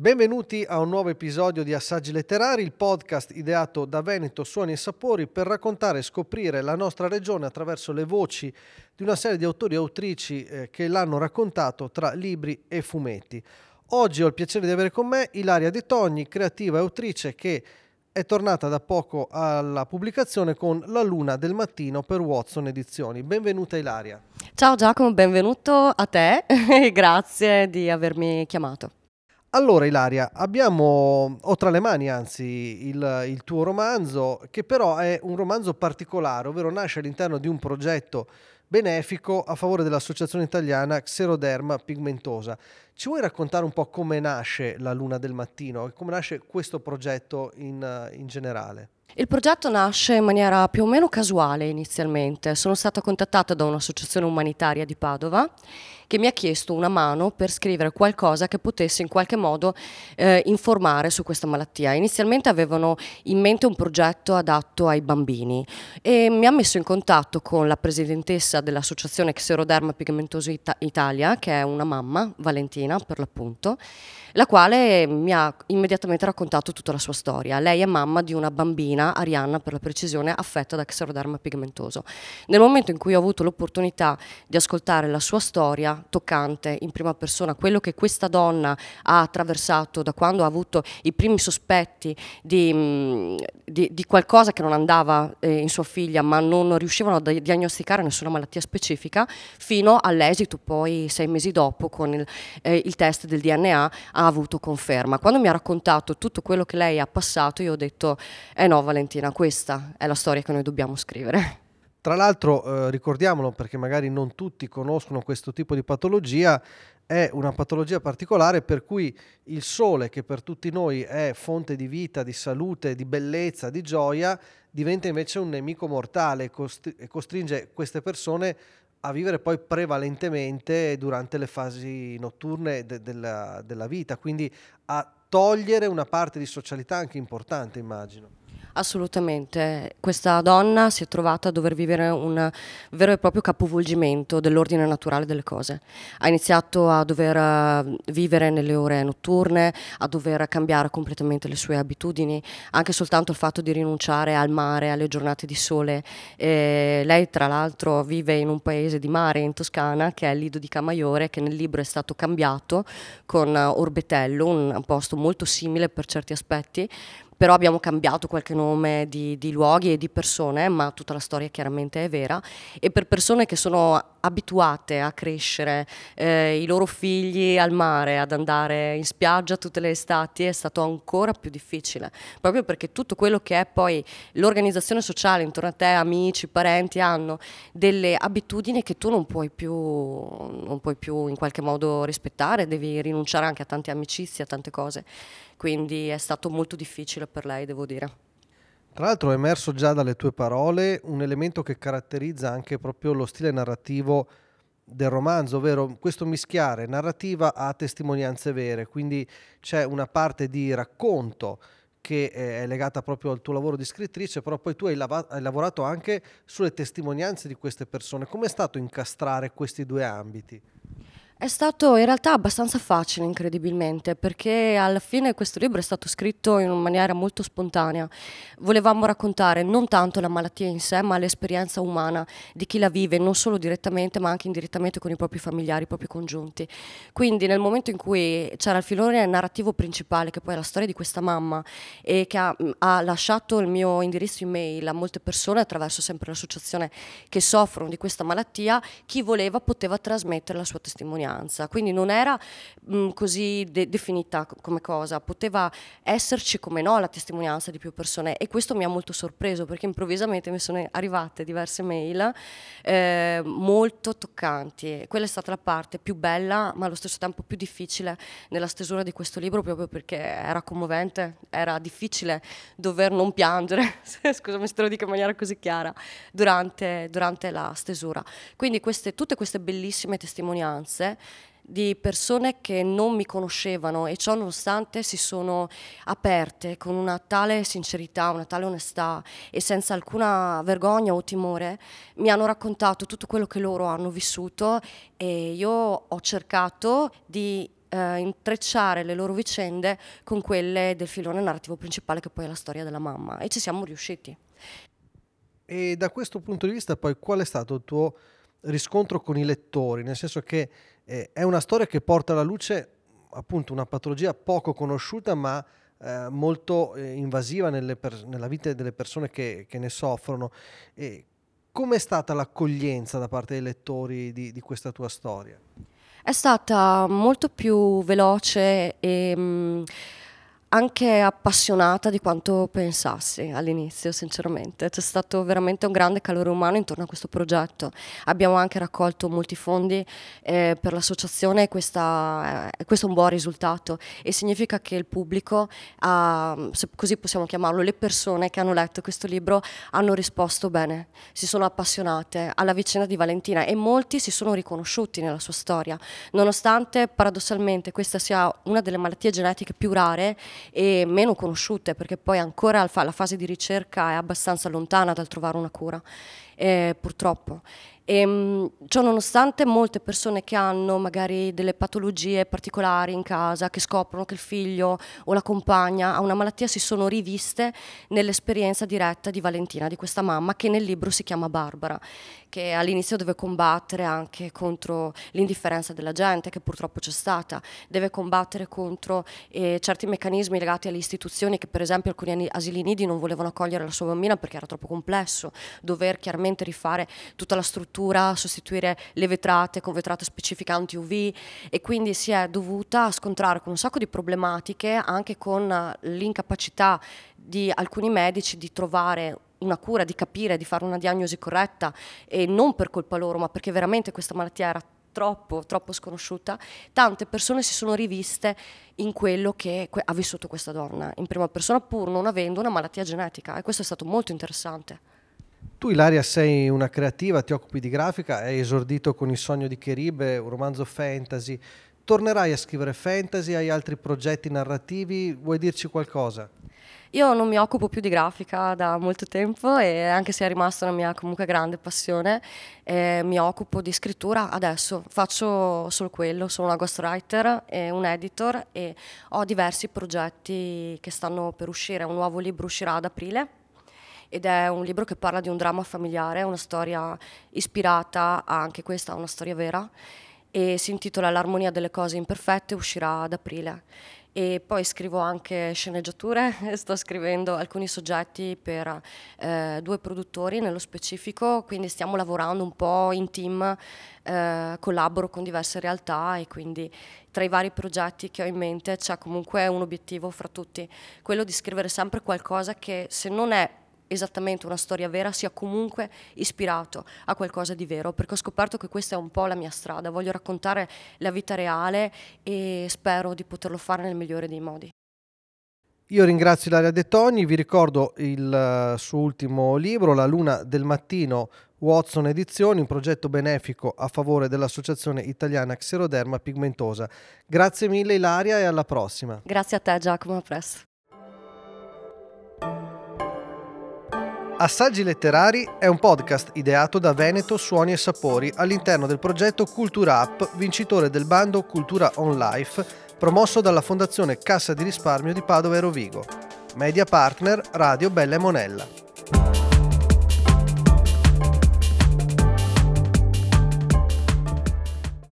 Benvenuti a un nuovo episodio di Assaggi Letterari, il podcast ideato da Veneto Suoni e Sapori per raccontare e scoprire la nostra regione attraverso le voci di una serie di autori e autrici che l'hanno raccontato tra libri e fumetti. Oggi ho il piacere di avere con me Ilaria De Togni, creativa e autrice che è tornata da poco alla pubblicazione con La Luna del Mattino per Watson Edizioni. Benvenuta Ilaria. Ciao Giacomo, benvenuto a te e grazie di avermi chiamato. Allora Ilaria, ho tra le mani il tuo romanzo, che però è un romanzo particolare, ovvero nasce all'interno di un progetto benefico a favore dell'Associazione Italiana Xeroderma Pigmentosa. Ci vuoi raccontare un po' come nasce La Luna del Mattino e come nasce questo progetto in generale? Il progetto nasce in maniera più o meno casuale inizialmente. Sono stata contattata da un'associazione umanitaria di Padova che mi ha chiesto una mano per scrivere qualcosa che potesse in qualche modo informare su questa malattia. Inizialmente avevano in mente un progetto adatto ai bambini e mi ha messo in contatto con la presidentessa dell'associazione Xeroderma Pigmentosa Italia, che è una mamma, Valentina per l'appunto, la quale mi ha immediatamente raccontato tutta la sua storia. Lei è mamma di una bambina, Arianna per la precisione, affetta da Xeroderma pigmentoso. Nel momento in cui ho avuto l'opportunità di ascoltare la sua storia toccante in prima persona, quello che questa donna ha attraversato da quando ha avuto i primi sospetti di qualcosa che non andava in sua figlia, ma non riuscivano a diagnosticare nessuna malattia specifica, fino all'esito poi 6 mesi dopo con il test del DNA ha avuto conferma. Quando mi ha raccontato tutto quello che lei ha passato, io ho detto no Valentina, questa è la storia che noi dobbiamo scrivere. Tra l'altro, ricordiamolo perché magari non tutti conoscono questo tipo di patologia, è una patologia particolare per cui il sole, che per tutti noi è fonte di vita, di salute, di bellezza, di gioia, diventa invece un nemico mortale e costringe queste persone a vivere poi prevalentemente durante le fasi notturne della vita, quindi a togliere una parte di socialità anche importante, immagino. Assolutamente, questa donna si è trovata a dover vivere un vero e proprio capovolgimento dell'ordine naturale delle cose. Ha iniziato a dover vivere nelle ore notturne, a dover cambiare completamente le sue abitudini, anche soltanto il fatto di rinunciare al mare, alle giornate di sole. Lei tra l'altro vive in un paese di mare in Toscana che è il Lido di Camaiore, che nel libro è stato cambiato con Orbetello, un posto molto simile per certi aspetti. Però abbiamo cambiato qualche nome di luoghi e di persone, ma tutta la storia chiaramente è vera. E per persone che sono abituate a crescere i loro figli al mare, ad andare in spiaggia tutte le estati, è stato ancora più difficile, proprio perché tutto quello che è poi l'organizzazione sociale intorno a te, amici, parenti, hanno delle abitudini che tu non puoi più in qualche modo rispettare, devi rinunciare anche a tante amicizie, a tante cose. Quindi è stato molto difficile per lei, devo dire. Tra l'altro è emerso già dalle tue parole un elemento che caratterizza anche proprio lo stile narrativo del romanzo, ovvero questo mischiare narrativa a testimonianze vere, quindi c'è una parte di racconto che è legata proprio al tuo lavoro di scrittrice, però poi tu hai lavorato anche sulle testimonianze di queste persone. Com'è stato incastrare questi due ambiti? È stato in realtà abbastanza facile, incredibilmente, perché alla fine questo libro è stato scritto in una maniera molto spontanea. Volevamo raccontare non tanto la malattia in sé, ma l'esperienza umana di chi la vive, non solo direttamente, ma anche indirettamente con i propri familiari, i propri congiunti. Quindi nel momento in cui c'era il filone narrativo principale, che poi è la storia di questa mamma, e che ha lasciato il mio indirizzo email a molte persone attraverso sempre l'associazione che soffrono di questa malattia, chi voleva poteva trasmettere la sua testimonianza. Quindi non era così definita come cosa, poteva esserci come no la testimonianza di più persone, e questo mi ha molto sorpreso perché improvvisamente mi sono arrivate diverse mail molto toccanti. Quella è stata la parte più bella ma allo stesso tempo più difficile nella stesura di questo libro, proprio perché era commovente, era difficile dover non piangere scusami se te lo dico in maniera così chiara durante la stesura. Quindi tutte queste bellissime testimonianze di persone che non mi conoscevano, e ciò nonostante si sono aperte con una tale sincerità, una tale onestà e senza alcuna vergogna o timore, mi hanno raccontato tutto quello che loro hanno vissuto, e io ho cercato di intrecciare le loro vicende con quelle del filone narrativo principale, che poi è la storia della mamma, e ci siamo riusciti. E da questo punto di vista poi qual è stato il tuo riscontro con i lettori? Nel senso che è una storia che porta alla luce appunto una patologia poco conosciuta ma molto invasiva nella vita delle persone che ne soffrono. E com'è stata l'accoglienza da parte dei lettori di questa tua storia? È stata molto più veloce e anche appassionata di quanto pensassi all'inizio, sinceramente. C'è stato veramente un grande calore umano intorno a questo progetto. Abbiamo anche raccolto molti fondi per l'associazione e questo è un buon risultato, e significa che il pubblico, se così possiamo chiamarlo, le persone che hanno letto questo libro hanno risposto bene, si sono appassionate alla vicenda di Valentina e molti si sono riconosciuti nella sua storia, nonostante paradossalmente questa sia una delle malattie genetiche più rare e meno conosciute, perché poi ancora la fase di ricerca è abbastanza lontana dal trovare una cura, purtroppo. Ciò nonostante, molte persone che hanno magari delle patologie particolari in casa, che scoprono che il figlio o la compagna ha una malattia, si sono riviste nell'esperienza diretta di Valentina, di questa mamma che nel libro si chiama Barbara, che all'inizio deve combattere anche contro l'indifferenza della gente, che purtroppo c'è stata, deve combattere contro certi meccanismi legati alle istituzioni, che per esempio alcuni asili nidi non volevano accogliere la sua bambina perché era troppo complesso, dover chiaramente rifare tutta la struttura, sostituire le vetrate con vetrate specifiche anti-UV, e quindi si è dovuta scontrare con un sacco di problematiche, anche con l'incapacità di alcuni medici di trovare una cura, di capire, di fare una diagnosi corretta, e non per colpa loro, ma perché veramente questa malattia era troppo sconosciuta. Tante persone si sono riviste in quello che ha vissuto questa donna in prima persona, pur non avendo una malattia genetica, e questo è stato molto interessante. Tu, Ilaria, sei una creativa, ti occupi di grafica, hai esordito con Il sogno di Cheribe, un romanzo fantasy. Tornerai a scrivere fantasy? Hai altri progetti narrativi? Vuoi dirci qualcosa? Io non mi occupo più di grafica da molto tempo, e anche se è rimasta una mia comunque grande passione, mi occupo di scrittura adesso, faccio solo quello, sono una ghostwriter e un editor, e ho diversi progetti che stanno per uscire. Un nuovo libro uscirà ad aprile, ed è un libro che parla di un dramma familiare, una storia ispirata anche questa a una storia vera, e si intitola L'armonia delle cose imperfette, uscirà ad aprile. E poi scrivo anche sceneggiature, sto scrivendo alcuni soggetti per 2 produttori nello specifico, quindi stiamo lavorando un po' in team, collaboro con diverse realtà, e quindi tra i vari progetti che ho in mente c'è comunque un obiettivo fra tutti, quello di scrivere sempre qualcosa che, se non è esattamente una storia vera, sia comunque ispirato a qualcosa di vero, perché ho scoperto che questa è un po' la mia strada, voglio raccontare la vita reale e spero di poterlo fare nel migliore dei modi. Io ringrazio Ilaria De Togni, vi ricordo il suo ultimo libro, La luna del mattino, Watson Edizioni, un progetto benefico a favore dell'Associazione Italiana Xeroderma Pigmentosa. Grazie mille Ilaria e alla prossima. Grazie a te Giacomo, a presto. Assaggi letterari è un podcast ideato da Veneto Suoni e Sapori all'interno del progetto Cultura App, vincitore del bando Cultura on Life, promosso dalla Fondazione Cassa di Risparmio di Padova e Rovigo. Media partner Radio Bella e Monella.